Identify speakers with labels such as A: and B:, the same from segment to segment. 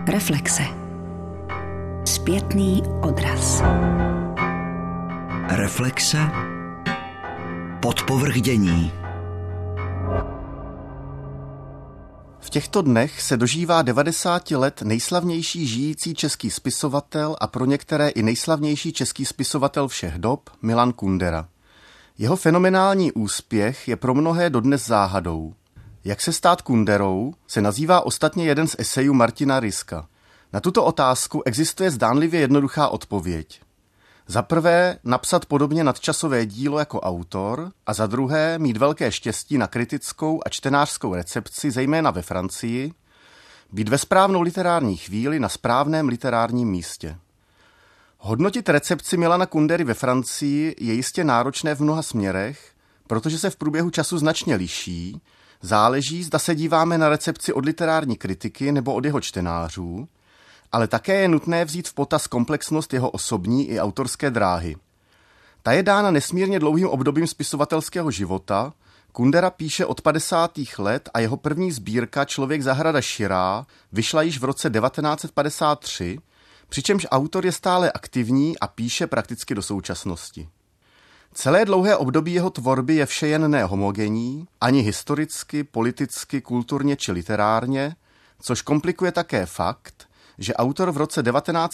A: Reflexe. Zpětný odraz.
B: Reflexe. Podpovrchdění.
C: V těchto dnech se dožívá 90 let nejslavnější žijící český spisovatel a pro některé i nejslavnější český spisovatel všech dob Milan Kundera. Jeho fenomenální úspěch je pro mnohé dodnes záhadou. Jak se stát Kunderou se nazývá ostatně jeden z esejů Martina Ryska. Na tuto otázku existuje zdánlivě jednoduchá odpověď. Za prvé napsat podobně nadčasové dílo jako autor a za druhé mít velké štěstí na kritickou a čtenářskou recepci, zejména ve Francii, být ve správnou literární chvíli na správném literárním místě. Hodnotit recepci Milana Kundery ve Francii je jistě náročné v mnoha směrech, protože se v průběhu času značně liší, záleží, zda se díváme na recepci od literární kritiky nebo od jeho čtenářů, ale také je nutné vzít v potaz komplexnost jeho osobní i autorské dráhy. Ta je dána nesmírně dlouhým obdobím spisovatelského života. Kundera píše od 50. let a jeho první sbírka Člověk zahrada širá vyšla již v roce 1953, přičemž autor je stále aktivní a píše prakticky do současnosti. Celé dlouhé období jeho tvorby je vše jen nehomogenní, ani historicky, politicky, kulturně či literárně, což komplikuje také fakt, že autor v roce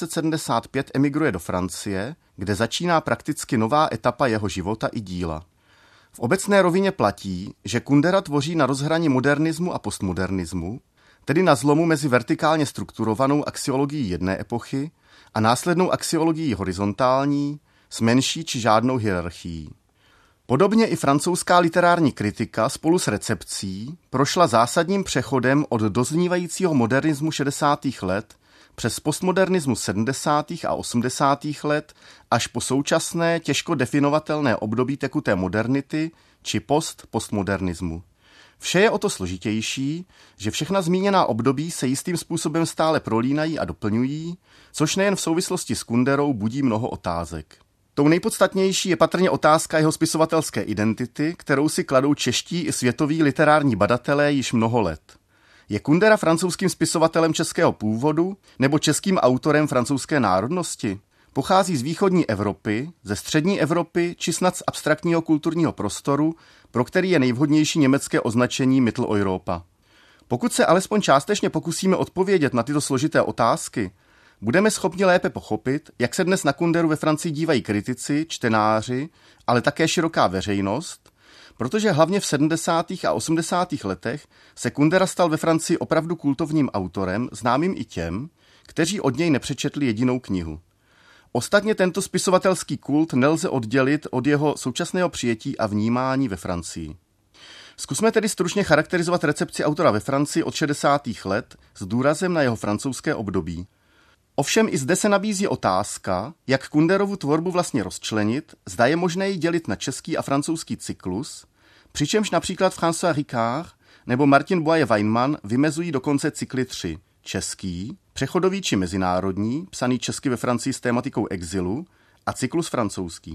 C: 1975 emigruje do Francie, kde začíná prakticky nová etapa jeho života i díla. V obecné rovině platí, že Kundera tvoří na rozhraní modernismu a postmodernismu, tedy na zlomu mezi vertikálně strukturovanou axiologií jedné epochy a následnou axiologií horizontální s menší či žádnou hierarchií. Podobně i francouzská literární kritika spolu s recepcí prošla zásadním přechodem od doznívajícího modernismu 60. let přes postmodernismus 70. a 80. let až po současné těžko definovatelné období tekuté modernity či postmodernismu. Vše je o to složitější, že všechna zmíněná období se jistým způsobem stále prolínají a doplňují, což nejen v souvislosti s Kunderou budí mnoho otázek. Tou nejpodstatnější je patrně otázka jeho spisovatelské identity, kterou si kladou čeští i světoví literární badatelé již mnoho let. Je Kundera francouzským spisovatelem českého původu nebo českým autorem francouzské národnosti? Pochází z východní Evropy, ze střední Evropy či snad z abstraktního kulturního prostoru, pro který je nejvhodnější německé označení Mitteleuropa. Pokud se alespoň částečně pokusíme odpovědět na tyto složité otázky, budeme schopni lépe pochopit, jak se dnes na Kunderu ve Francii dívají kritici, čtenáři, ale také široká veřejnost, protože hlavně v 70. a 80. letech se Kundera stal ve Francii opravdu kultovním autorem, známým i těm, kteří od něj nepřečetli jedinou knihu. Ostatně tento spisovatelský kult nelze oddělit od jeho současného přijetí a vnímání ve Francii. Zkusme tedy stručně charakterizovat recepci autora ve Francii od 60. let s důrazem na jeho francouzské období. Ovšem i zde se nabízí otázka, jak Kunderovu tvorbu vlastně rozčlenit, zda je možné ji dělit na český a francouzský cyklus, přičemž například François Ricard nebo Martin Boye-Weinman vymezují dokonce cykly 3. Český, přechodový či mezinárodní, psaný česky ve Francii s tématikou exilu, a cyklus francouzský.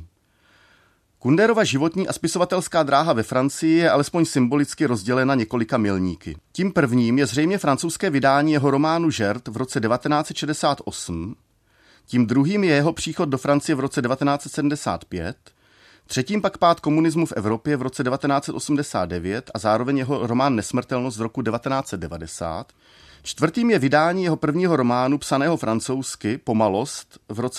C: Kunderova životní a spisovatelská dráha ve Francii je alespoň symbolicky rozdělena několika milníky. Tím prvním je zřejmě francouzské vydání jeho románu Žert v roce 1968, tím druhým je jeho příchod do Francie v roce 1975, třetím pak pád komunismu v Evropě v roce 1989 a zároveň jeho román Nesmrtelnost z roku 1990, čtvrtým je vydání jeho prvního románu psaného francouzsky Pomalost v roce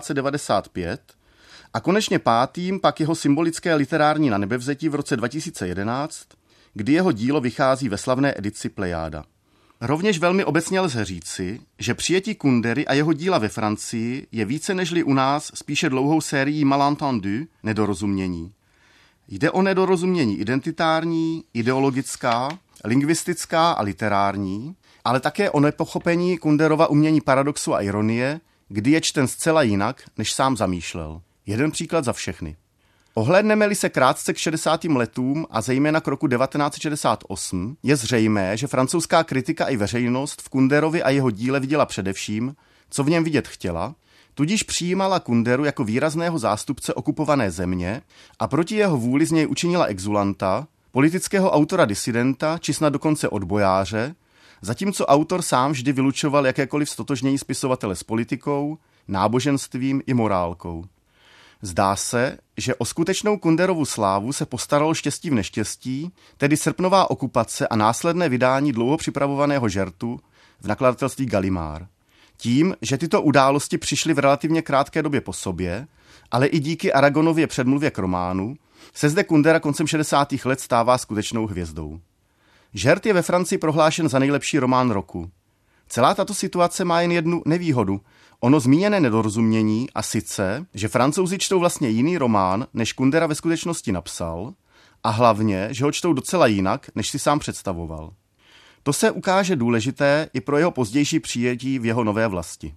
C: 1995 a konečně pátým pak jeho symbolické literární nanebevzetí v roce 2011, kdy jeho dílo vychází ve slavné edici Plejáda. Rovněž velmi obecně lze říci, že přijetí Kundery a jeho díla ve Francii je více nežli u nás spíše dlouhou sérií malentendu, nedorozumění. Jde o nedorozumění identitární, ideologická, lingvistická a literární, ale také o nepochopení Kunderova umění paradoxu a ironie, kdy je čten zcela jinak, než sám zamýšlel. Jeden příklad za všechny. Ohlédneme-li se krátce k 60. letům a zejména k roku 1968, je zřejmé, že francouzská kritika i veřejnost v Kunderovi a jeho díle viděla především, co v něm vidět chtěla, tudíž přijímala Kunderu jako výrazného zástupce okupované země a proti jeho vůli z něj učinila exulanta, politického autora disidenta či snad dokonce odbojáře, zatímco autor sám vždy vylučoval jakékoliv stotožnění spisovatele s politikou, náboženstvím i morálkou. Zdá se, že o skutečnou Kunderovu slávu se postaralo štěstí v neštěstí, tedy srpnová okupace a následné vydání dlouho připravovaného žertu v nakladatelství Gallimard. Tím, že tyto události přišly v relativně krátké době po sobě, ale i díky Aragonově předmluvě k románu, se zde Kundera koncem 60. let stává skutečnou hvězdou. Žert je ve Francii prohlášen za nejlepší román roku. Celá tato situace má jen jednu nevýhodu, ono zmíněné nedorozumění, a sice, že Francouzi čtou vlastně jiný román, než Kundera ve skutečnosti napsal, a hlavně, že ho čtou docela jinak, než si sám představoval. To se ukáže důležité i pro jeho pozdější přijetí v jeho nové vlasti.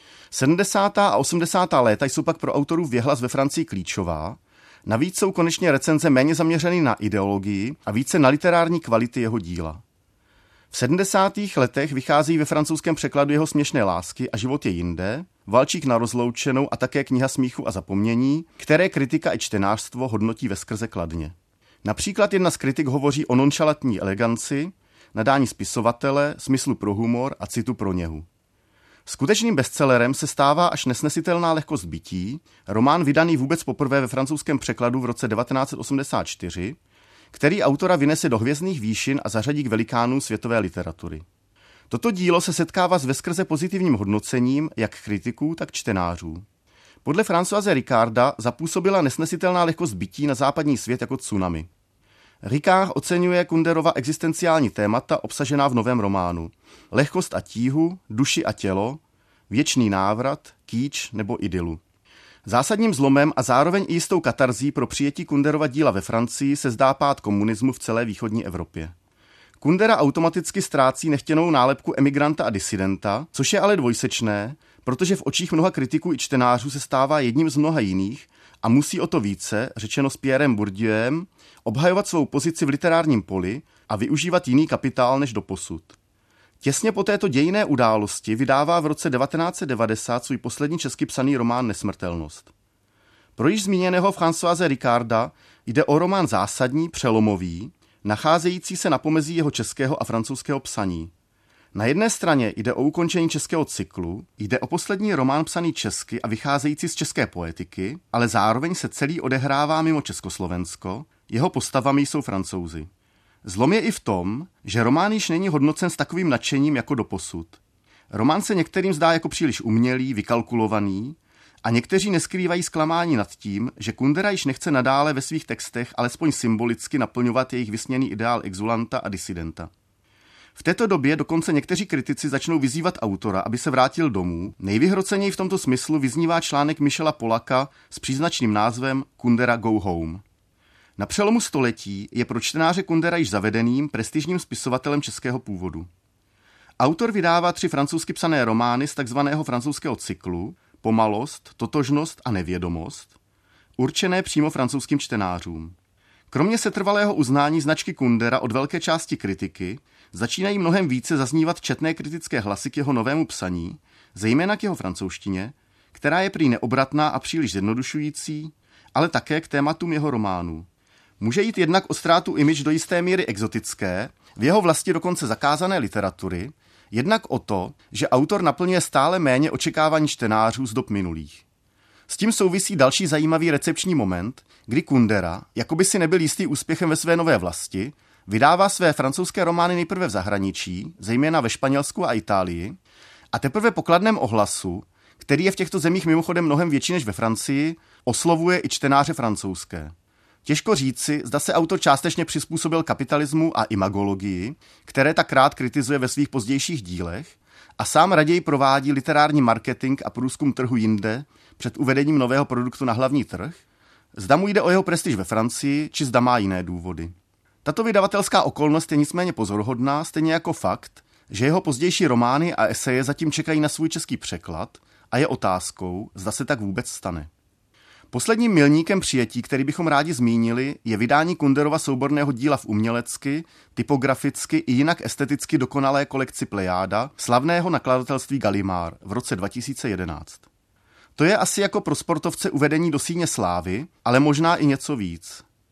C: 70. a 80. léta jsou pak pro autorů Věhlas ve Francii klíčová, navíc jsou konečně recenze méně zaměřeny na ideologii a více na literární kvality jeho díla. V 70. letech vychází ve francouzském překladu jeho Směšné lásky a Život je jinde, Valčík na rozloučenou a také Kniha smíchu a zapomnění, které kritika i čtenářstvo hodnotí veskrze kladně. Například jedna z kritik hovoří o nonšalantní eleganci, nadání spisovatele, smyslu pro humor a citu pro něhu. Skutečným bestsellerem se stává až Nesnesitelná lehkost bytí, román vydaný vůbec poprvé ve francouzském překladu v roce 1984, který autora vynese do hvězdných výšin a zařadí k velikánům světové literatury. Toto dílo se setkává s veskrze pozitivním hodnocením jak kritiků, tak čtenářů. Podle Françoise Ricarda zapůsobila Nesnesitelná lehkost bytí na západní svět jako tsunami. Ricard oceňuje Kunderova existenciální témata obsažená v novém románu. Lehkost a tíhu, duši a tělo, věčný návrat, kýč nebo idylu. Zásadním zlomem a zároveň i jistou katarzí pro přijetí Kunderova díla ve Francii se zdá pád komunismu v celé východní Evropě. Kundera automaticky ztrácí nechtěnou nálepku emigranta a disidenta, což je ale dvojsečné, protože v očích mnoha kritiků i čtenářů se stává jedním z mnoha jiných a musí o to více, řečeno s Pierrem Bourdieuem, obhajovat svou pozici v literárním poli a využívat jiný kapitál než doposud. Těsně po této dějinné události vydává v roce 1990 svůj poslední česky psaný román Nesmrtelnost. Pro již zmíněného Françoise Ricarda jde o román zásadní, přelomový, nacházející se na pomezí jeho českého a francouzského psaní. Na jedné straně jde o ukončení českého cyklu, jde o poslední román psaný česky a vycházející z české poetiky, ale zároveň se celý odehrává mimo Československo, jeho postavami jsou Francouzi. Zlom je i v tom, že román již není hodnocen s takovým nadšením jako doposud. Román se některým zdá jako příliš umělý, vykalkulovaný a někteří neskrývají zklamání nad tím, že Kundera již nechce nadále ve svých textech alespoň symbolicky naplňovat jejich vysněný ideál exulanta a disidenta. V této době dokonce někteří kritici začnou vyzývat autora, aby se vrátil domů. Nejvyhroceněji v tomto smyslu vyznívá článek Michela Polaka s příznačným názvem Kundera Go Home. Na přelomu století je pro čtenáře Kundera již zavedeným prestižním spisovatelem českého původu. Autor vydává 3 francouzsky psané romány z takzvaného francouzského cyklu Pomalost, totožnost a nevědomost, určené přímo francouzským čtenářům. Kromě setrvalého uznání značky Kundera od velké části kritiky začínají mnohem více zaznívat četné kritické hlasy k jeho novému psaní, zejména k jeho francouzštině, která je prý neobratná a příliš zjednodušující, ale také k tématům jeho románů. Může jít jednak o ztrátu image do jisté míry exotické, v jeho vlasti dokonce zakázané literatury, jednak o to, že autor naplňuje stále méně očekávání čtenářů z dob minulých. S tím souvisí další zajímavý recepční moment, kdy Kundera, jako by si nebyl jistý úspěchem ve své nové vlasti, vydává své francouzské romány nejprve v zahraničí, zejména ve Španělsku a Itálii, a teprve po kladném ohlasu, který je v těchto zemích mimochodem mnohem větší než ve Francii, oslovuje i čtenáře francouzské. Těžko říci, zda se autor částečně přizpůsobil kapitalismu a imagologii, které tak rád kritizuje ve svých pozdějších dílech, a sám raději provádí literární marketing a průzkum trhu jinde před uvedením nového produktu na hlavní trh, zda mu jde o jeho prestiž ve Francii, či zda má jiné důvody. Tato vydavatelská okolnost je nicméně pozoruhodná, stejně jako fakt, že jeho pozdější romány a eseje zatím čekají na svůj český překlad a je otázkou, zda se tak vůbec stane. Posledním milníkem přijetí, který bychom rádi zmínili, je vydání Kunderova souborného díla v umělecky, typograficky i jinak esteticky dokonalé kolekci Plejáda slavného nakladatelství Gallimard v roce 2011. To je asi jako pro sportovce uvedení do síně slávy, ale možná i něco víc.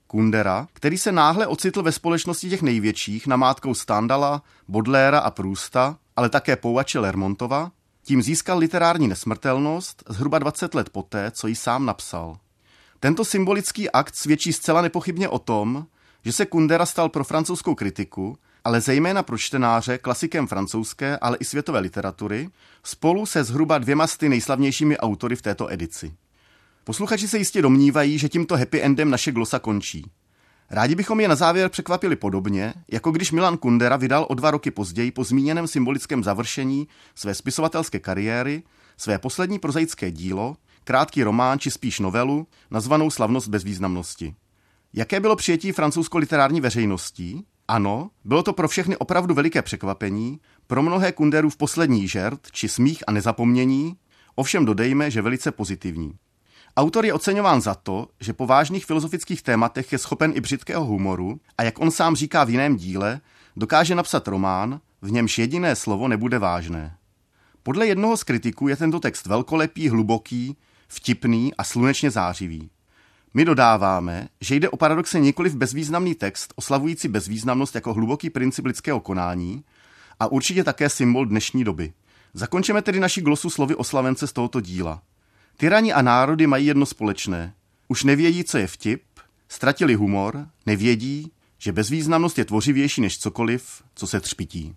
C: Kundera, který se náhle ocitl ve společnosti těch největších namátkou Stendhala, Baudelaira a Prousta, ale také Pouache Lermontova, tím získal literární nesmrtelnost zhruba 20 let poté, co ji sám napsal. Tento symbolický akt svědčí zcela nepochybně o tom, že se Kundera stal pro francouzskou kritiku, ale zejména pro čtenáře klasikem francouzské, ale i světové literatury, spolu se zhruba 200 nejslavnějšími autory v této edici. Posluchači se jistě domnívají, že tímto happy endem naše glosa končí. Rádi bychom je na závěr překvapili podobně, jako když Milan Kundera vydal o 2 roky později po zmíněném symbolickém završení své spisovatelské kariéry své poslední prozaické dílo, krátký román či spíš novelu, nazvanou Slavnost bezvýznamnosti. Jaké bylo přijetí francouzsko-literární veřejností? Ano, bylo to pro všechny opravdu veliké překvapení, pro mnohé Kunderův poslední žert či smích a nezapomnění, ovšem dodejme, že velice pozitivní. Autor je oceňován za to, že po vážných filozofických tématech je schopen i břitkého humoru a jak on sám říká v jiném díle, dokáže napsat román, v němž jediné slovo nebude vážné. Podle jednoho z kritiků je tento text velkolepý, hluboký, vtipný a slunečně zářivý. My dodáváme, že jde o paradoxně nikoliv bezvýznamný text oslavující bezvýznamnost jako hluboký princip lidského konání a určitě také symbol dnešní doby. Zakončeme tedy naši glosu slovy oslavence z tohoto díla. Tyrani a národy mají jedno společné. Už nevědí, co je vtip, ztratili humor, nevědí, že bezvýznamnost je tvořivější než cokoliv, co se třpytí.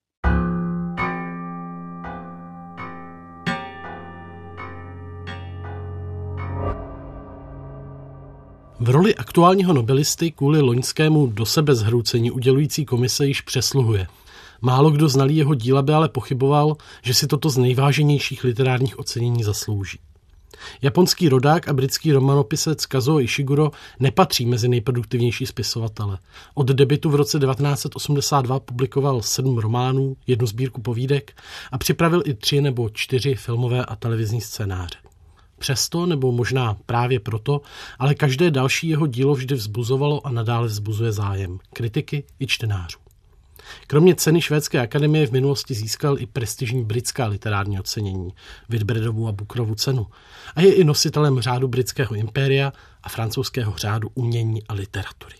A: V roli aktuálního nobelisty kvůli loňskému do sebe zhroucení udělující komise již přesluhuje. Málo kdo znalý jeho díla by ale pochyboval, že si toto z nejváženějších literárních ocenění zaslouží. Japonský rodák a britský romanopisec Kazuo Ishiguro nepatří mezi nejproduktivnější spisovatele. Od debutu v roce 1982 publikoval 7 románů, 1 sbírku povídek a připravil i 3 nebo 4 filmové a televizní scénáře. Přesto, nebo možná právě proto, ale každé další jeho dílo vždy vzbuzovalo a nadále vzbuzuje zájem kritiky i čtenářů. Kromě ceny Švédské akademie v minulosti získal i prestižní britská literární ocenění, Whitbreadovu a Bookerovu cenu, a je i nositelem řádu britského impéria a francouzského řádu umění a literatury.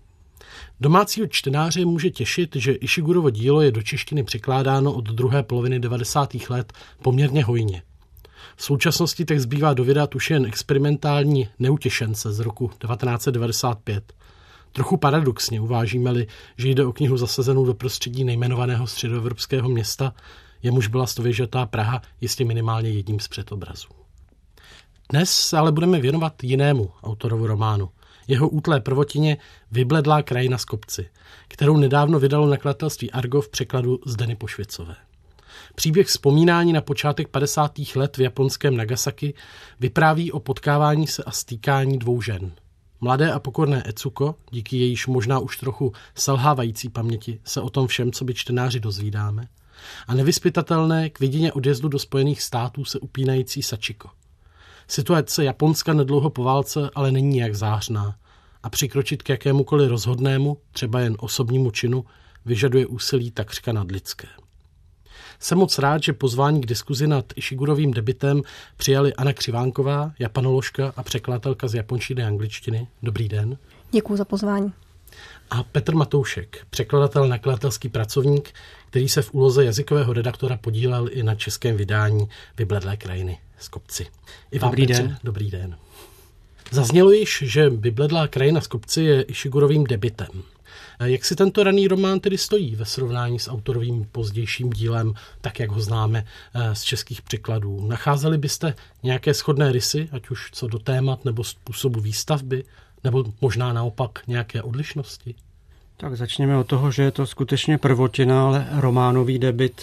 A: Domácího čtenáře může těšit, že Ishigurovo dílo je do češtiny překládáno od druhé poloviny 90. let poměrně hojně. V současnosti tak zbývá dovydat už jen experimentální Neutěšence z roku 1995. Trochu paradoxně uvážíme-li, že jde o knihu zasazenou do prostředí nejmenovaného středoevropského města, jemuž byla stověžatá Praha jistě minimálně jedním z předobrazů. Dnes se ale budeme věnovat jinému autorovu románu, jeho útlé prvotině Vybledlá krajina z kopci, kterou nedávno vydalo nakladatelství Argo v překladu Zdeny Pošvěcové. Příběh vzpomínání na počátek 50. let v japonském Nagasaki vypráví o potkávání se a stýkání 2 žen. Mladé a pokorné Etsuko, díky jejíž možná už trochu selhávající paměti se o tom všem, co by čtenáři dozvídáme, a nevyzpytatelné k vidině odjezdu do Spojených států se upínající Sachiko. Situace Japonska nedlouho po válce ale není nijak zářná a přikročit k jakémukoliv rozhodnému, třeba jen osobnímu činu, vyžaduje úsilí takřka nadlidské. Jsem moc rád, že pozvání k diskuzi nad Ishigurovým debutem přijali Anna Křivánková, japanoložka a překladatelka z japonštiny a angličtiny. Dobrý den.
B: Děkuji za pozvání.
A: A Petr Matoušek, překladatel, nakladatelský pracovník, který se v úloze jazykového redaktora podílel i na českém vydání Vybledlé krajiny z kopci. I vám,
D: Dobrý
A: Petře,
D: den.
A: Dobrý den. Zaznělo již, že Vybledlá krajina z kopci je Ishigurovým debutem. Jak si tento raný román tedy stojí ve srovnání s autorovým pozdějším dílem, tak jak ho známe z českých překladů? Nacházeli byste nějaké shodné rysy, ať už co do témat nebo způsobu výstavby, nebo možná naopak nějaké odlišnosti?
D: Tak začněme od toho, že je to skutečně prvotina, ale románový debut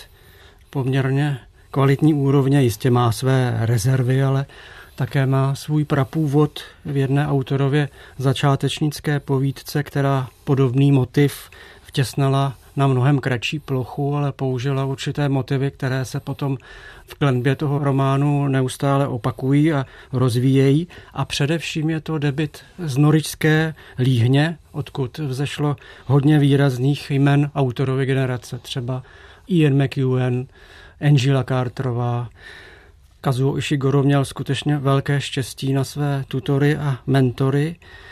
D: poměrně kvalitní úrovně, jistě má své rezervy, ale také má svůj prapůvod v jedné autorově začátečnické povídce, která podobný motiv vtěsnala na mnohem kratší plochu, ale použila určité motivy, které se potom v klenbě toho románu neustále opakují a rozvíjejí. A především je to debut z Norwich Líhně, odkud vzešlo hodně výrazných jmen autorovy generace, třeba Ian McEwan, Angela Carterová. Kazuo Ishiguro měl skutečně velké štěstí na své tutory a mentory.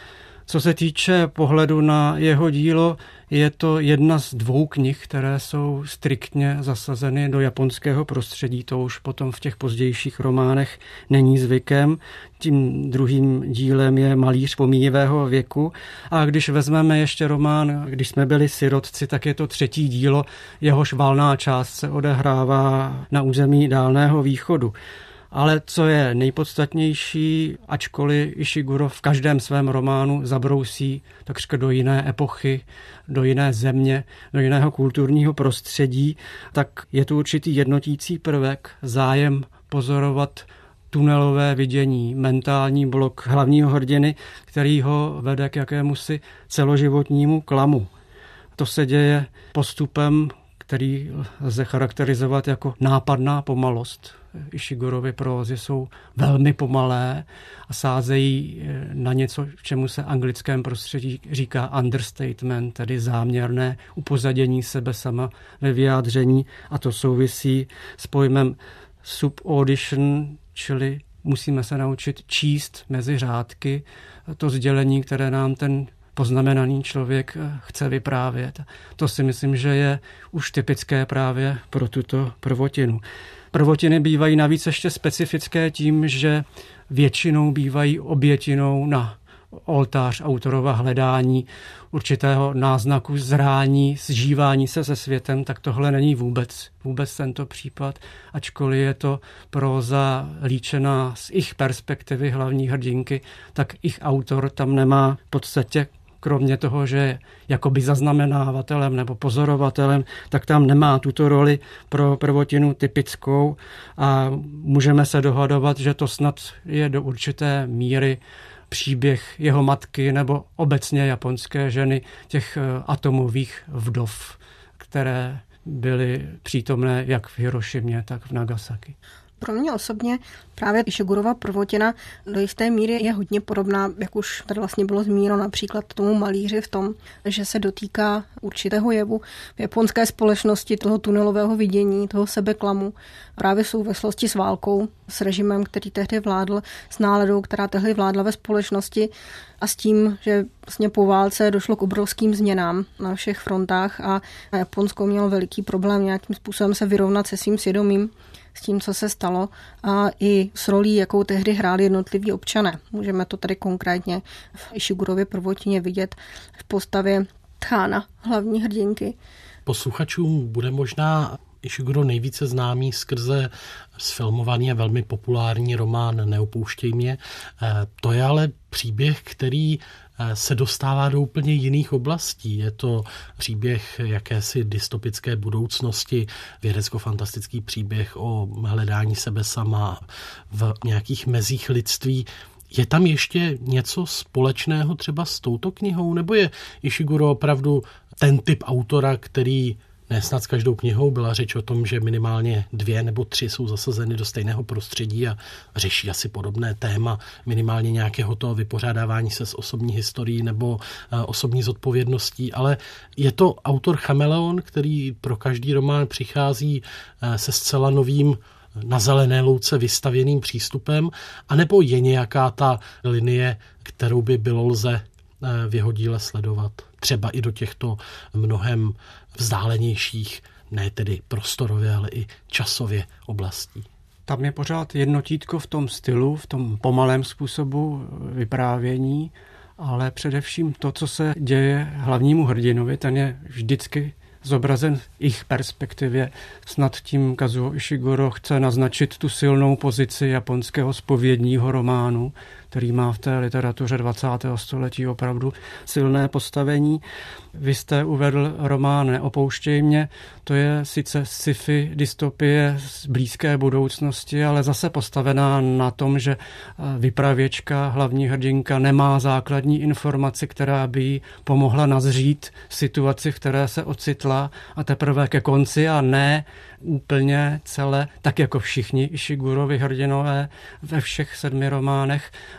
D: Co se týče pohledu na jeho dílo, je to jedna z 2 knih, které jsou striktně zasazeny do japonského prostředí. To už potom v těch pozdějších románech není zvykem. Tím druhým dílem je Malíř pomíjivého věku. A když vezmeme ještě román Když jsme byli sirotci, tak je to 3. dílo, jehož valná část se odehrává na území Dálného východu. Ale co je nejpodstatnější, ačkoliv Ishiguro v každém svém románu zabrousí takřka do jiné epochy, do jiné země, do jiného kulturního prostředí, tak je tu určitý jednotící prvek, zájem pozorovat tunelové vidění, mentální blok hlavního hrdiny, který ho vede k jakémusi celoživotnímu klamu. To se děje postupem, který lze charakterizovat jako nápadná pomalost. Ishigurovy prózy jsou velmi pomalé a sázejí na něco, čemu se anglickém prostředí říká understatement, tedy záměrné upozadění sebe sama ve vyjádření, a to souvisí s pojmem subaudition, čili musíme se naučit číst mezi řádky to sdělení, které nám ten poznamenaný člověk chce vyprávět. To si myslím, že je už typické právě pro tuto prvotinu. Prvotiny bývají navíc ještě specifické tím, že většinou bývají obětinou na oltář autorova hledání určitého náznaku zrání, zžívání se se světem, tak tohle není vůbec tento případ, ačkoliv je to próza líčená z ich perspektivy hlavní hrdinky, tak ich autor tam nemá v podstatě, kromě toho, že je jakoby zaznamenávatelem nebo pozorovatelem, tak tam nemá tuto roli pro prvotinu typickou a můžeme se dohadovat, že to snad je do určité míry příběh jeho matky nebo obecně japonské ženy, těch atomových vdov, které byly přítomné jak v Hirošimě, tak v Nagasaki.
B: Pro mě osobně právě Ishigurova prvotina do jisté míry je hodně podobná, jak už tady vlastně bylo zmíněno, například tomu malíři v tom, že se dotýká určitého jevu v japonské společnosti, toho tunelového vidění, toho sebeklamu, právě v souvislosti s válkou, s režimem, který tehdy vládl, s náladou, která tehdy vládla ve společnosti a s tím, že vlastně po válce došlo k obrovským změnám na všech frontách a Japonsko mělo veliký problém nějakým způsobem se vyrovnat se svým svědomím, s tím, co se stalo a i s rolí, jakou tehdy hráli jednotliví občané. Můžeme to tady konkrétně v Ishigurově prvotině vidět v postavě Tchána, hlavní hrdinky.
A: Posluchačům bude možná Ishiguro nejvíce známý skrze sfilmovaný a velmi populární román Neopouštěj mě. To je ale příběh, který se dostává do úplně jiných oblastí. Je to příběh jakési dystopické budoucnosti, vědecko-fantastický příběh o hledání sebe sama v nějakých mezích lidství. Je tam ještě něco společného třeba s touto knihou? Nebo je Ishiguro opravdu ten typ autora, který ne snad s každou knihou, byla řeč o tom, že minimálně 2 nebo 3 jsou zasazeny do stejného prostředí a řeší asi podobné téma, minimálně nějakého toho vypořádávání se s osobní historií nebo osobní zodpovědností, ale je to autor chameleon, který pro každý román přichází se zcela novým na zelené louce vystavěným přístupem, anebo je nějaká ta linie, kterou by bylo lze v jeho díle sledovat. Třeba i do těchto mnohem vzdálenějších, ne tedy prostorově, ale i časově oblastí.
D: Tam je pořád jednotítko v tom stylu, v tom pomalém způsobu vyprávění, ale především to, co se děje hlavnímu hrdinovi, ten je vždycky zobrazen v jejich perspektivě. Snad tím Kazuo Ishiguro chce naznačit tu silnou pozici japonského zpovědního románu, který má v té literatuře 20. století opravdu silné postavení. Vy jste uvedl román Neopouštěj mě, to je sice sci-fi dystopie z blízké budoucnosti, ale zase postavená na tom, že vypravěčka, hlavní hrdinka, nemá základní informaci, která by jí pomohla nazřít situaci, v které se ocitla a teprve ke konci a ne úplně celé, tak jako všichni Ishigurovi hrdinové ve všech 7 románech,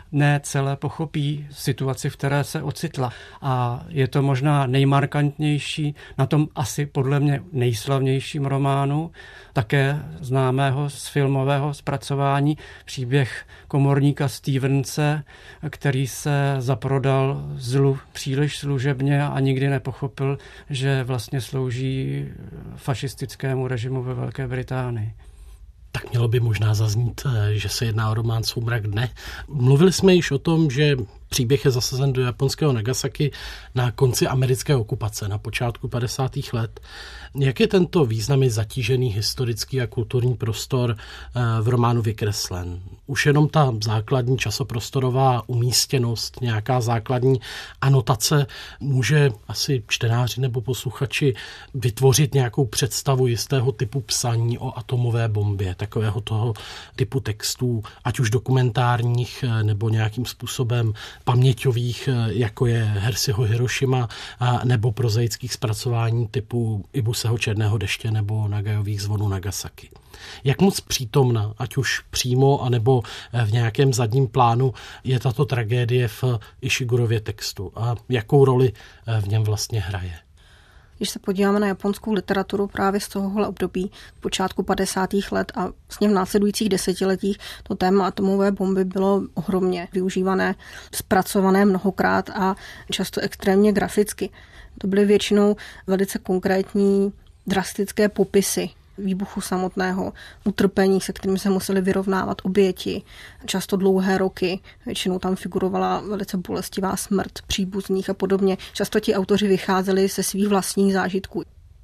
D: ne celé pochopí situaci, v které se ocitla. A je to možná nejmarkantnější na tom asi podle mě nejslavnějším románu, také známého z filmového zpracování, příběh komorníka Stevense, který se zaprodal zlu příliš služebně a nikdy nepochopil, že vlastně slouží fašistickému režimu ve Velké Británii.
A: Tak mělo by možná zaznít, že se jedná o román Soumrak dne. Mluvili jsme již o tom, že příběh je zasazen do japonského Nagasaki na konci americké okupace, na počátku 50. let. Jak je tento významně zatížený historický a kulturní prostor v románu vykreslen? Už jenom ta základní časoprostorová umístěnost, nějaká základní anotace může asi čtenáři nebo posluchači vytvořit nějakou představu jistého typu psaní o atomové bombě, takového toho typu textů, ať už dokumentárních nebo nějakým způsobem paměťových, jako je Hersiho Hirošima, nebo prozaických zpracování typu Ibuseho Černého deště nebo Nagajových zvonů Nagasaki. Jak moc přítomna, ať už přímo, anebo v nějakém zadním plánu, je tato tragédie v Ishigurově textu a jakou roli v něm vlastně hraje?
B: Když se podíváme na japonskou literaturu právě z tohohle období, počátku 50. let a vlastně v následujících desetiletích, to téma atomové bomby bylo ohromně využívané, zpracované mnohokrát a často extrémně graficky. To byly většinou velice konkrétní, drastické popisy výbuchu samotného, utrpení, se kterými se museli vyrovnávat oběti, často dlouhé roky, většinou tam figurovala velice bolestivá smrt příbuzných a podobně. Často ti autoři vycházeli ze svých vlastních zážitků.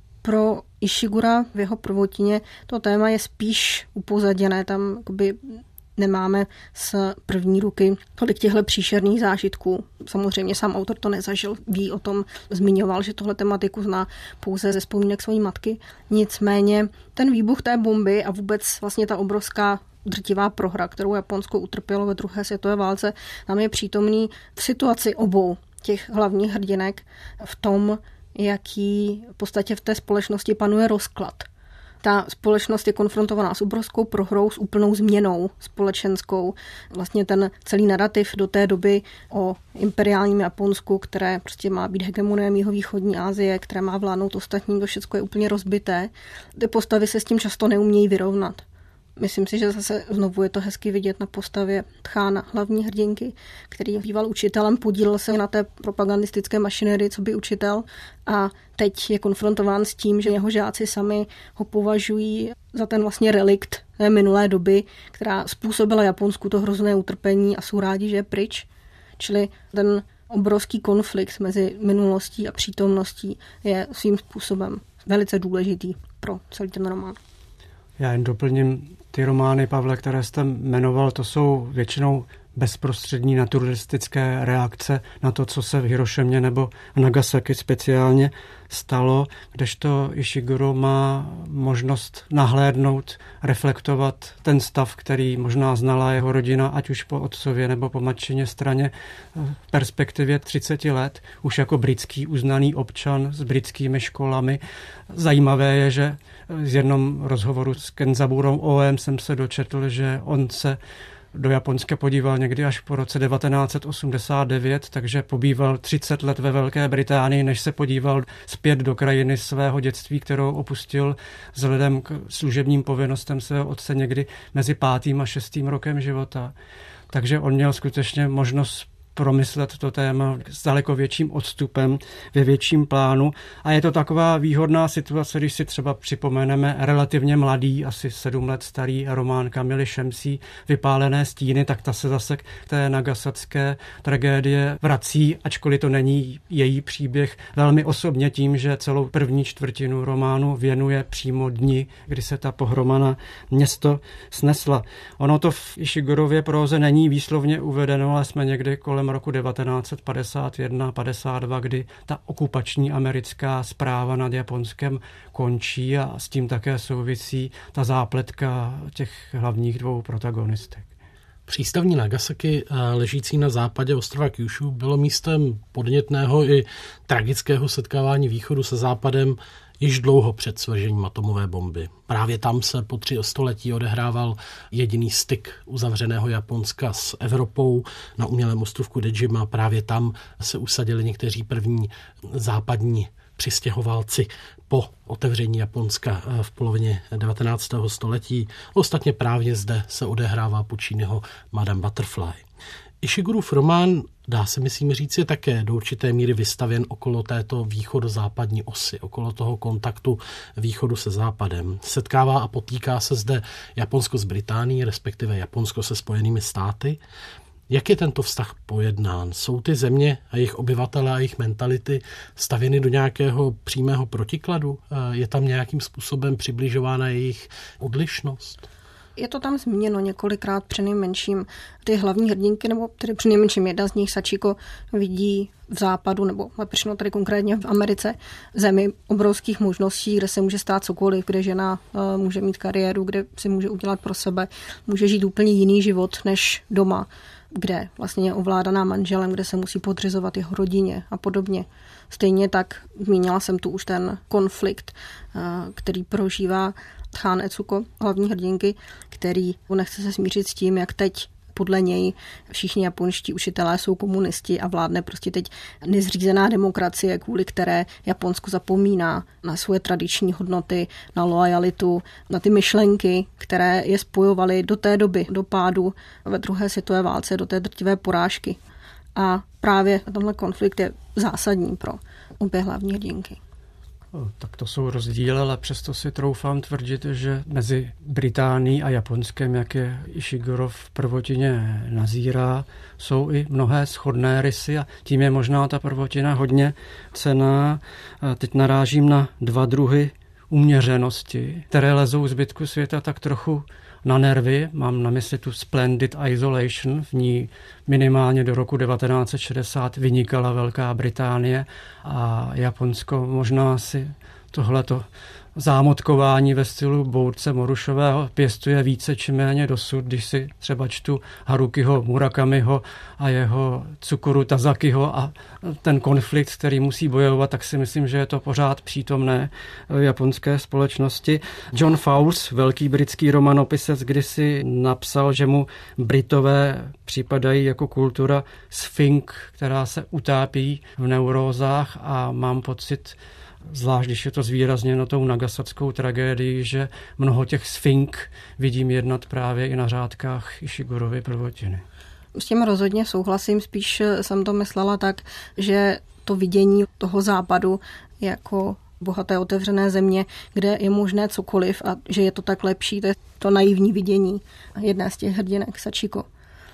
B: Pro Ishigura v jeho prvotině to téma je spíš upozaděné, tam jakoby nemáme z první ruky tolik těchto příšerných zážitků. Samozřejmě sám autor to nezažil, ví o tom, zmiňoval, že tohle tematiku zná pouze ze vzpomínek své matky. Nicméně ten výbuch té bomby a vůbec vlastně ta obrovská drtivá prohra, kterou Japonsko utrpělo ve druhé světové válce, tam je přítomný v situaci obou těch hlavních hrdinek v tom, jaký v podstatě v té společnosti panuje rozklad. Ta společnost je konfrontovaná s obrovskou prohrou, s úplnou změnou společenskou. Vlastně ten celý narrativ do té doby o imperiálním Japonsku, které prostě má být hegemoniem jihovýchodní Asie, které má vládnout ostatním, to všechno je úplně rozbité. Ty postavy se s tím často neumějí vyrovnat. Myslím si, že zase znovu je to hezky vidět na postavě Tchána, hlavní hrdinky, který býval učitelem, podílel se na té propagandistické mašinerii, co by učitel, a teď je konfrontován s tím, že jeho žáci sami ho považují za ten vlastně relikt té minulé doby, která způsobila Japonsku to hrozné utrpení a jsou rádi, že je pryč. Čili ten obrovský konflikt mezi minulostí a přítomností je svým způsobem velice důležitý pro celý ten román.
D: Já jen doplním, ty romány, Pavle, které jste jmenoval, to jsou většinou bezprostřední naturalistické reakce na to, co se v Hirošimě nebo v Nagasaki speciálně stalo, kdežto Ishiguro má možnost nahlédnout, reflektovat ten stav, který možná znala jeho rodina, ať už po otcově nebo po matčině straně, v perspektivě 30 let, už jako britský uznaný občan s britskými školami. Zajímavé je, že z jednom rozhovoru s Kenzaburou Oem jsem se dočetl, že on se do Japonska podíval někdy až po roce 1989, takže pobýval 30 let ve Velké Británii, než se podíval zpět do krajiny svého dětství, kterou opustil vzhledem k služebním povinnostem svého otce někdy mezi 5. a 6. rokem života. Takže on měl skutečně možnost promyslet to téma s daleko větším odstupem, ve větším plánu. A je to taková výhodná situace, když si třeba připomeneme relativně mladý, asi 7 let starý román Kamily Šemsí Vypálené stíny, tak ta se zase k té nagasacké tragédie vrací, ačkoliv to není její příběh, velmi osobně tím, že celou první čtvrtinu románu věnuje přímo dni, kdy se ta pohroma na město snesla. Ono to v Ishigurově próze není výslovně uvedeno, ale jsme někdy kolem roku 1951-52, kdy ta okupační americká správa nad Japonskem končí a s tím také souvisí ta zápletka těch hlavních dvou protagonistek.
A: Přístavní Nagasaki, ležící na západě ostrova Kyushu, bylo místem podnětného i tragického setkávání východu se západem již dlouho před svržením atomové bomby. Právě tam se po 3 století odehrával jediný styk uzavřeného Japonska s Evropou na umělém ostrovku Dejima. Právě tam se usadili někteří první západní přistěhovalci po otevření Japonska v polovině 19. století. Ostatně právě zde se odehrává Pucciniho Madame Butterfly. Ishigurův román, dá se myslím říct, je také do určité míry vystavěn okolo této východozápadní osy, okolo toho kontaktu východu se západem. Setkává a potýká se zde Japonsko s Británií, respektive Japonsko se Spojenými státy. Jak je tento vztah pojednán? Jsou ty země a jejich obyvatele a jejich mentality stavěny do nějakého přímého protikladu? Je tam nějakým způsobem přibližována jejich odlišnost?
B: Je to tam zmíněno několikrát, přinejmenším ty hlavní hrdinky, nebo tedy přinejmenším jedna z nich, Sachiko, vidí v západu, nebo lepšino tady konkrétně v Americe, zemi obrovských možností, kde se může stát cokoliv, kde žena může mít kariéru, kde si může udělat pro sebe, může žít úplně jiný život než doma, kde vlastně je ovládaná manželem, kde se musí podřizovat jeho rodině a podobně. Stejně tak zmínila jsem tu už ten konflikt, který prožívá Tchán Etsuko, hlavní hrdinky, který nechce se smířit s tím, jak teď podle něj všichni japonští učitelé jsou komunisti a vládne prostě teď nezřízená demokracie, kvůli které Japonsko zapomíná na svoje tradiční hodnoty, na loajalitu, na ty myšlenky, které je spojovaly do té doby, do pádu ve druhé světové válce, do té drtivé porážky. A právě tenhle konflikt je zásadní pro obě hlavní hrdinky.
D: Tak to jsou rozdíly, ale přesto si troufám tvrdit, že mezi Británií a Japonskem, jak je Ishiguro v prvotině nazírá, jsou i mnohé shodné rysy a tím je možná ta prvotina hodně cenná. Teď narážím na 2 druhy uměřenosti, které lezou zbytku světa tak trochu na nervy. Mám na mysli tu Splendid Isolation, v ní minimálně do roku 1960 vynikala Velká Británie a Japonsko možná si tohleto zámotkování ve stylu Bourtse Morušového pěstuje více či méně dosud, když si třeba čtu Harukiho Murakamiho a jeho Tsukuru Tazakiho a ten konflikt, který musí bojovat, tak si myslím, že je to pořád přítomné v japonské společnosti. John Fowles, velký britský romanopisec, kdysi napsal, že mu Britové připadají jako kultura sfink, která se utápí v neurózách a mám pocit, zvlášť když je to zvýrazněno tou nagasackou tragédií, že mnoho těch sfink vidím jednat právě i na řádkách Ishigurovy prvotiny.
B: S tím rozhodně souhlasím, spíš jsem to myslela tak, že to vidění toho západu jako bohaté otevřené země, kde je možné cokoliv a že je to tak lepší, to je to naivní vidění jedné z těch hrdinek Sachiko.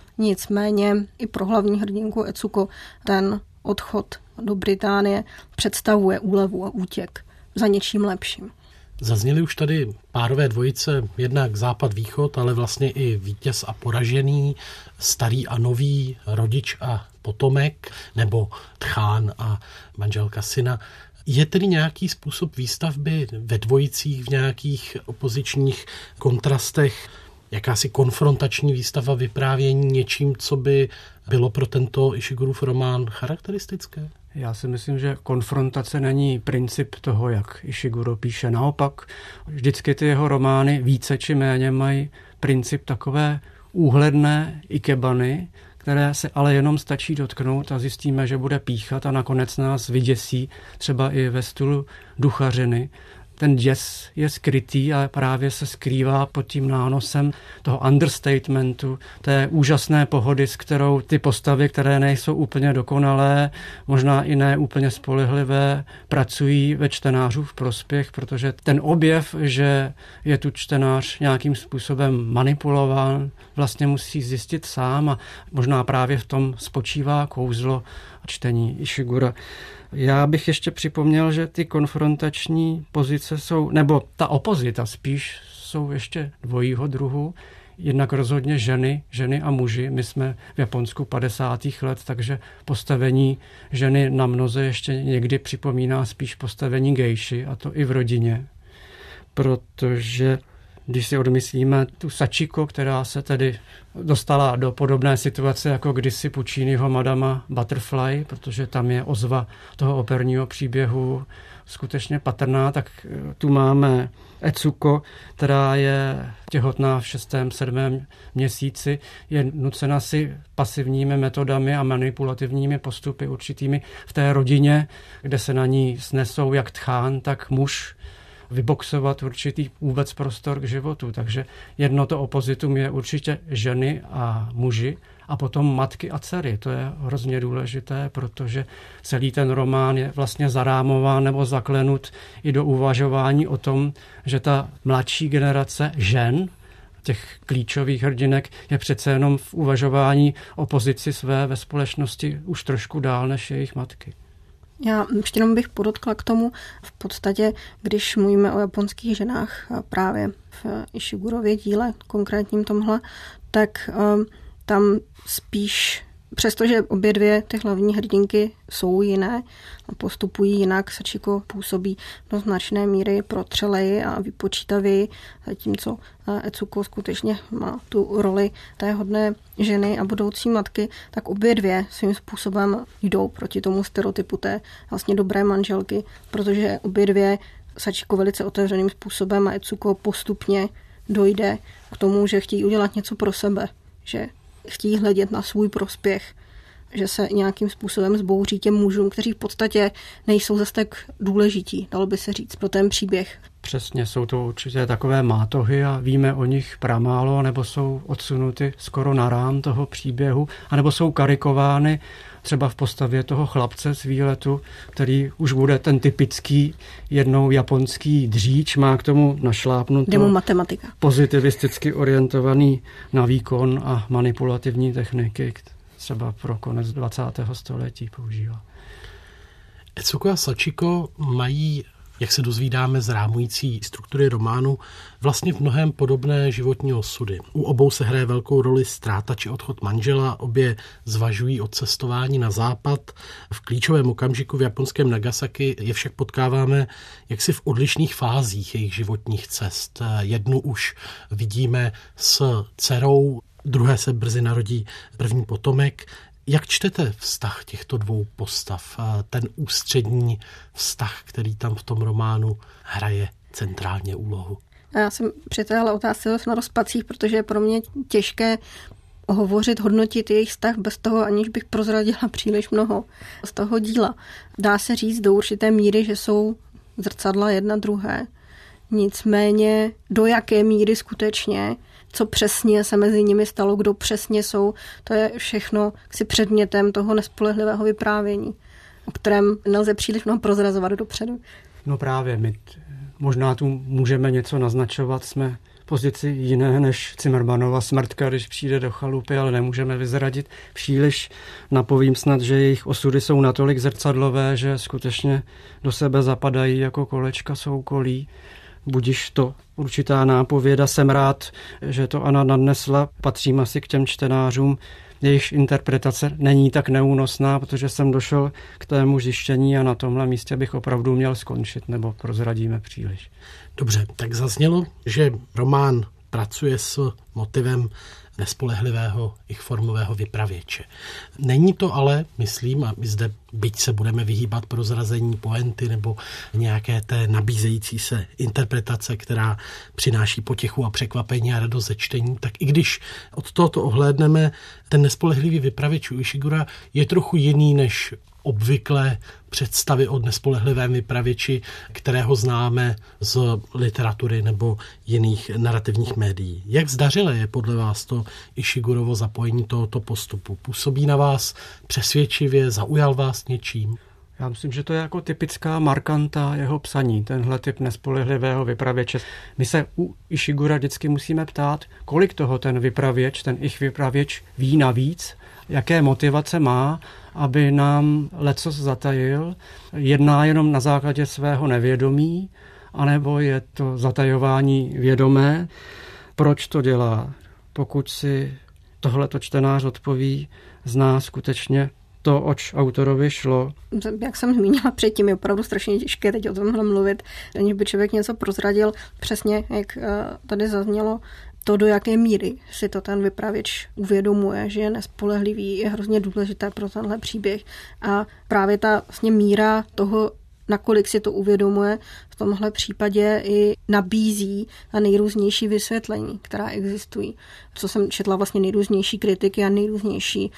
B: Nicméně i pro hlavní hrdinku Etsuko ten odchod do Británie představuje úlevu a útěk za něčím lepším.
A: Zazněly už tady párové dvojice, jednak západ-východ, ale vlastně i vítěz a poražený, starý a nový, rodič a potomek, nebo tchán a manželka syna. Je tedy nějaký způsob výstavby ve dvojicích, v nějakých opozičních kontrastech, jakási konfrontační výstava vyprávění něčím, co by bylo pro tento Ishigurův román charakteristické?
D: Já si myslím, že konfrontace není princip toho, jak Ishiguro píše. Naopak, vždycky ty jeho romány více či méně mají princip takové úhledné ikebany, které se ale jenom stačí dotknout a zjistíme, že bude píchat a nakonec nás vyděsí, třeba i ve stylu Duchařiny. Ten děs je skrytý a právě se skrývá pod tím nánosem toho understatementu, té úžasné pohody, s kterou ty postavy, které nejsou úplně dokonalé, možná i ne úplně spolehlivé, pracují ve čtenářů v prospěch, protože ten objev, že je tu čtenář nějakým způsobem manipulován, vlastně musí zjistit sám a možná právě v tom spočívá kouzlo čtení Ishigura. Já bych ještě připomněl, že ty konfrontační pozice jsou, nebo ta opozita spíš jsou ještě dvojího druhu. Jednak rozhodně ženy a muži. My jsme v Japonsku 50. let, takže postavení ženy na mnoze ještě někdy připomíná spíš postavení gejši, a to i v rodině. Protože Když si odmyslíme tu Sachiko, která se tedy dostala do podobné situace jako kdysi Pucciniho Madama Butterfly, protože tam je ozva toho operního příběhu skutečně patrná, tak tu máme Etsuko, která je těhotná v 6., 7. měsíci, je nucena si pasivními metodami a manipulativními postupy určitými v té rodině, kde se na ní snesou jak tchán, tak muž, vyboxovat určitý vůbec prostor k životu. Takže jedno to opozitum je určitě ženy a muži a potom matky a dcery. To je hrozně důležité, protože celý ten román je vlastně zarámován nebo zaklenut i do uvažování o tom, že ta mladší generace žen, těch klíčových hrdinek, je přece jenom v uvažování o pozici své ve společnosti už trošku dál než jejich matky.
B: Já ještě jenom bych podotkla k tomu, v podstatě, když mluvíme o japonských ženách právě v Ishigurově díle, konkrétním tomhle, tak tam spíš, přestože obě dvě ty hlavní hrdinky jsou jiné a postupují jinak, Sachiko působí do značné míry protřeleji a vypočítavěji, zatímco Etsuko skutečně má tu roli té hodné ženy a budoucí matky, tak obě dvě svým způsobem jdou proti tomu stereotypu té vlastně dobré manželky, protože obě dvě Sachiko velice otevřeným způsobem a Etsuko postupně dojde k tomu, že chtějí udělat něco pro sebe, že chtějí hledět na svůj prospěch, že se nějakým způsobem zbouří těm mužům, kteří v podstatě nejsou zase tak důležití, dalo by se říct, pro ten příběh.
D: Přesně, jsou to určitě takové mátohy a víme o nich pramálo, nebo jsou odsunuty skoro na rám toho příběhu, anebo jsou karikovány třeba v postavě toho chlapce z výletu, který už bude ten typický jednou japonský dříč, má k tomu našlápnuto
B: matematika.
D: Pozitivisticky orientovaný na výkon a manipulativní techniky, třeba pro konec 20. století používá.
A: Etsuko a Sachiko mají, jak se dozvídáme z rámující struktury románu, vlastně v mnohém podobné životní osudy. U obou se hraje velkou roli ztráta či odchod manžela, obě zvažují odcestování na západ. V klíčovém okamžiku v japonském Nagasaki je však potkáváme jaksi v odlišných fázích jejich životních cest. Jednu už vidíme s dcerou, druhé se brzy narodí první potomek. Jak čtete vztah těchto dvou postav, ten ústřední vztah, který tam v tom románu hraje centrálně úlohu?
B: Já jsem při téhle otázce na rozpacích, protože je pro mě těžké hovořit, hodnotit jejich vztah bez toho, aniž bych prozradila příliš mnoho z toho díla. Dá se říct do určité míry, že jsou zrcadla jedna druhé. Nicméně do jaké míry skutečně, co přesně se mezi nimi stalo, kdo přesně jsou, to je všechno si předmětem toho nespolehlivého vyprávění, o kterém nelze příliš mnoho prozrazovat dopředu.
D: No právě, my možná tu můžeme něco naznačovat, jsme v pozici jiné než Cimrmanova smrtka, když přijde do chalupy, ale nemůžeme vyzradit příliš. Napovím snad, že jejich osudy jsou natolik zrcadlové, že skutečně do sebe zapadají jako kolečka soukolí. Budiž to určitá nápověda, jsem rád, že to Anna nadnesla, patřím asi k těm čtenářům, jejich interpretace není tak neúnosná, protože jsem došel k tému zjištění a na tomhle místě bych opravdu měl skončit, nebo prozradíme příliš.
A: Dobře, tak zaznělo, že román pracuje s motivem nespolehlivého ich formového vypravěče. Není to ale, myslím, a my zde, byť se budeme vyhýbat prozrazení pointy nebo nějaké té nabízející se interpretace, která přináší potěchu a překvapení a radost ze čtení, tak i když od tohoto ohlédneme, ten nespolehlivý vypravěč u Ishigura je trochu jiný než obvyklé představy o nespolehlivém vypravěči, kterého známe z literatury nebo jiných narrativních médií. Jak zdařilé je podle vás to Ishigurovo zapojení tohoto postupu? Působí na vás přesvědčivě, zaujal vás něčím?
D: Já myslím, že to je jako typická markanta jeho psaní, tenhle typ nespolehlivého vypravěče. My se u Ishigura vždycky musíme ptát, kolik toho ten vypravěč, ten ich vypravěč ví navíc, jaké motivace má, aby nám lecos zatajil, jedná jenom na základě svého nevědomí, anebo je to zatajování vědomé. Proč to dělá? Pokud si tohleto čtenář odpoví, zná skutečně to, oč autorovi šlo?
B: Jak jsem zmínila předtím, je opravdu strašně těžké teď o tomhle mluvit, aniž by člověk něco prozradil. Přesně, jak tady zaznělo, to, do jaké míry si to ten vypravěč uvědomuje, že je nespolehlivý, je hrozně důležité pro tenhle příběh. A právě ta vlastně míra toho, nakolik si to uvědomuje, v tomhle případě i nabízí ta nejrůznější vysvětlení, která existují. Co jsem četla vlastně nejrůznější kritiky a nejrůznější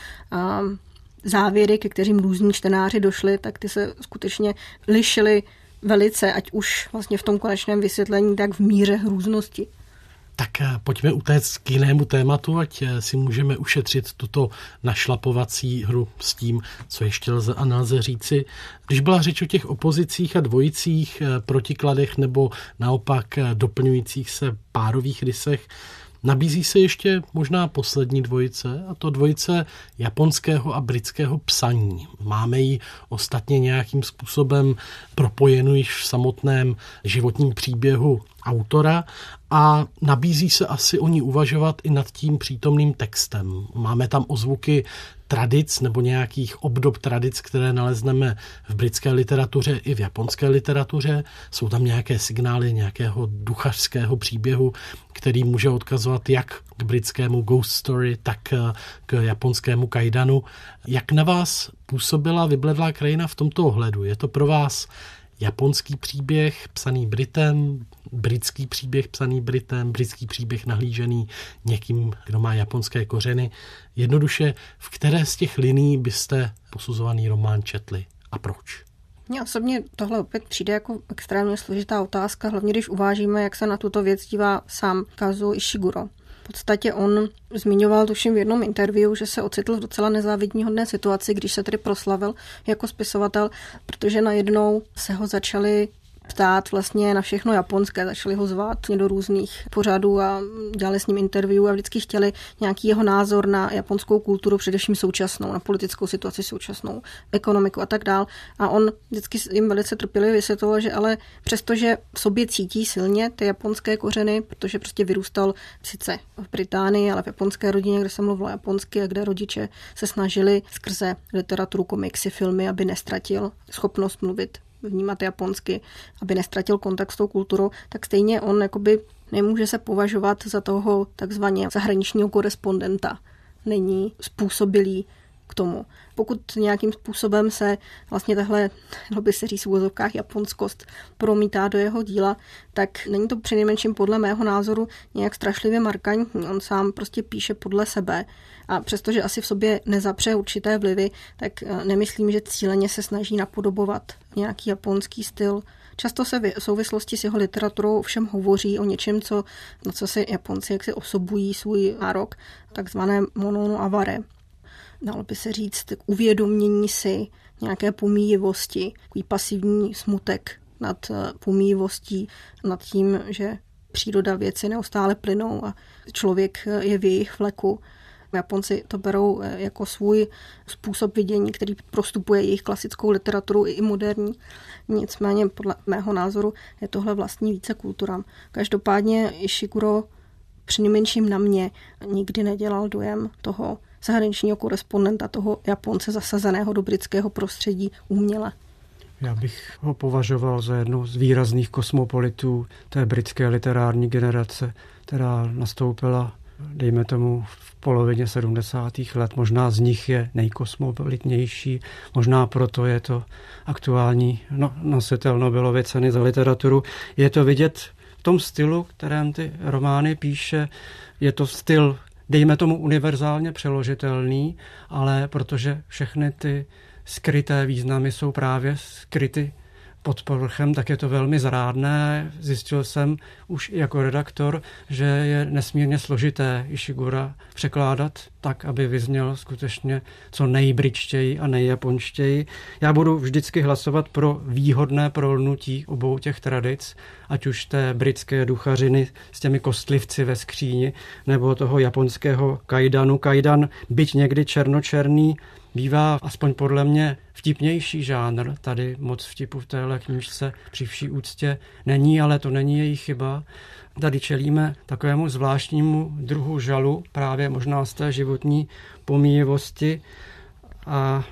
B: závěry, ke kterým různí čtenáři došli, tak ty se skutečně lišily velice, ať už vlastně v tom konečném vysvětlení, tak v míře hrůznosti.
A: Tak pojďme utéct k jinému tématu, ať si můžeme ušetřit tuto našlapovací hru s tím, co ještě lze a nelze říci. Když byla řeč o těch opozicích a dvojicích, protikladech nebo naopak doplňujících se párových rysech, nabízí se ještě možná poslední dvojice, a to dvojice japonského a britského psaní. Máme ji ostatně nějakým způsobem propojenou již v samotném životním příběhu autora a nabízí se asi o ní uvažovat i nad tím přítomným textem. Máme tam ozvuky tradic nebo nějakých obdob tradic, které nalezneme v britské literatuře i v japonské literatuře. Jsou tam nějaké signály nějakého duchařského příběhu, který může odkazovat jak k britskému ghost story, tak k japonskému kaidanu. Jak na vás působila Vybledlá krajina v tomto ohledu? Je to pro vás japonský příběh psaný Britem, britský příběh psaný Britem, britský příběh nahlížený někým, kdo má japonské kořeny? Jednoduše, v které z těch linií byste posuzovaný román četli a proč?
B: Mně osobně tohle opět přijde jako extrémně složitá otázka, hlavně když uvážíme, jak se na tuto věc dívá sám Kazuo Ishiguro. V podstatě on zmiňoval, tuším v jednom interview, že se ocitl v docela nezávidníhodné situaci, když se tedy proslavil jako spisovatel, protože najednou se ho začali ptát vlastně na všechno japonské, začali ho zvát do různých pořadů a dělali s ním interview a vždycky chtěli nějaký jeho názor na japonskou kulturu, především současnou, na politickou situaci současnou, ekonomiku a tak dál. A on vždycky jim velice trpělivě vysvětloval, že ale přestože v sobě cítí silně ty japonské kořeny, protože prostě vyrůstal sice v Británii, ale v japonské rodině, kde se mluvilo japonsky a kde rodiče se snažili skrze literaturu, komiksy, filmy, aby nestratil schopnost mluvit, vnímat japonsky, aby nestratil kontakt s tou kulturou, tak stejně on jakoby nemůže se považovat za toho takzvaně zahraničního korespondenta. Není způsobilý k tomu. Pokud nějakým způsobem se vlastně tahle, dalo by se říct v úvozovkách, japonskost promítá do jeho díla, tak není to přinejmenším podle mého názoru nějak strašlivě markantní. On sám prostě píše podle sebe a přestože asi v sobě nezapře určité vlivy, tak nemyslím, že cíleně se snaží napodobovat nějaký japonský styl. Často se v souvislosti s jeho literaturou všem hovoří o něčem, na co si Japonci jaksi osobují svůj nárok, takzvané mono no aware. Dalo by se říct k uvědomění si nějaké pomíjivosti, takový pasivní smutek nad pomíjivostí, nad tím, že příroda věci neustále plynou a člověk je v jejich vleku. Japonci to berou jako svůj způsob vidění, který prostupuje jejich klasickou literaturu i moderní. Nicméně podle mého názoru je tohle vlastní více kulturám. Každopádně Ishiguro přinejmenším na mě nikdy nedělal dojem toho zahraničního korespondenta, toho Japonce zasazeného do britského prostředí uměle.
D: Já bych ho považoval za jednu z výrazných kosmopolitů té britské literární generace, která nastoupila, dejme tomu, v polovině 70. let. Možná z nich je nejkosmopolitnější, možná proto je to aktuální nositel Nobelovy ceny za literaturu. Je to vidět v tom stylu, kterém ty romány píše. Je to styl, dejme tomu, univerzálně přeložitelný, ale protože všechny ty skryté významy jsou právě skryty pod povrchem, tak je to velmi zrádné. Zjistil jsem už jako redaktor, že je nesmírně složité Ishigura překládat tak, aby vyzněl skutečně co nejbritštěji a nejjaponštěji. Já budu vždycky hlasovat pro výhodné prolnutí obou těch tradic, ať už té britské duchařiny s těmi kostlivci ve skříni, nebo toho japonského kaidanu. Kaidan, byť někdy černočerný, bývá aspoň podle mě vtipnější žánr. Tady moc vtipu v téhle knížce při vší úctě není, ale to není její chyba. Tady čelíme takovému zvláštnímu druhu žalu, právě možná z té životní pomíjivosti. A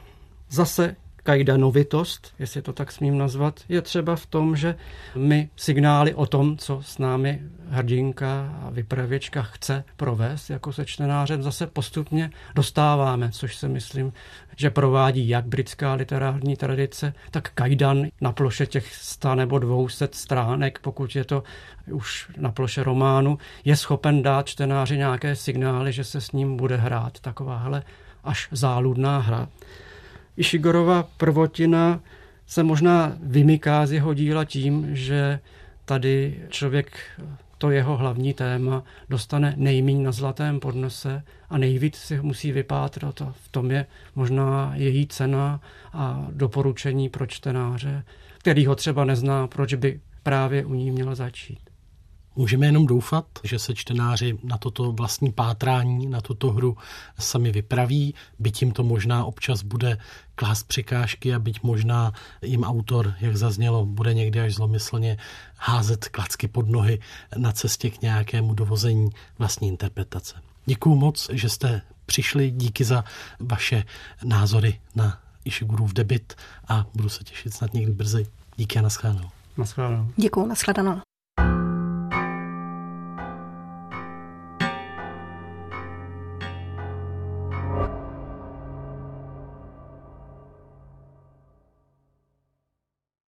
D: zase kajdanovitost, jestli to tak smím nazvat, je třeba v tom, že my signály o tom, co s námi hrdinka a vypravěčka chce provést jako se čtenářem, zase postupně dostáváme, což si myslím, že provádí jak britská literární tradice, tak kajdan na ploše těch 100 nebo 200 stránek, pokud je to už na ploše románu, je schopen dát čtenáři nějaké signály, že se s ním bude hrát. Takováhle až záludná hra. Ishigurova prvotina se možná vymyká z jeho díla tím, že tady člověk to jeho hlavní téma dostane nejmíň na zlatém podnose a nejvíc si musí vypátrat. A v tom je možná její cena a doporučení pro čtenáře, který ho třeba nezná, proč by právě u ní měl začít.
A: Můžeme jenom doufat, že se čtenáři na toto vlastní pátrání, na tuto hru sami vypraví, byť jim to možná občas bude klást překážky a byť možná jim autor, jak zaznělo, bude někdy až zlomyslně házet klacky pod nohy na cestě k nějakému dovození vlastní interpretace. Děkuju moc, že jste přišli, díky za vaše názory na Ishigurův debut a budu se těšit snad někdy brzy. Díky a nashledanou.
D: Nashledanou.
B: Děkuju, nashledanou.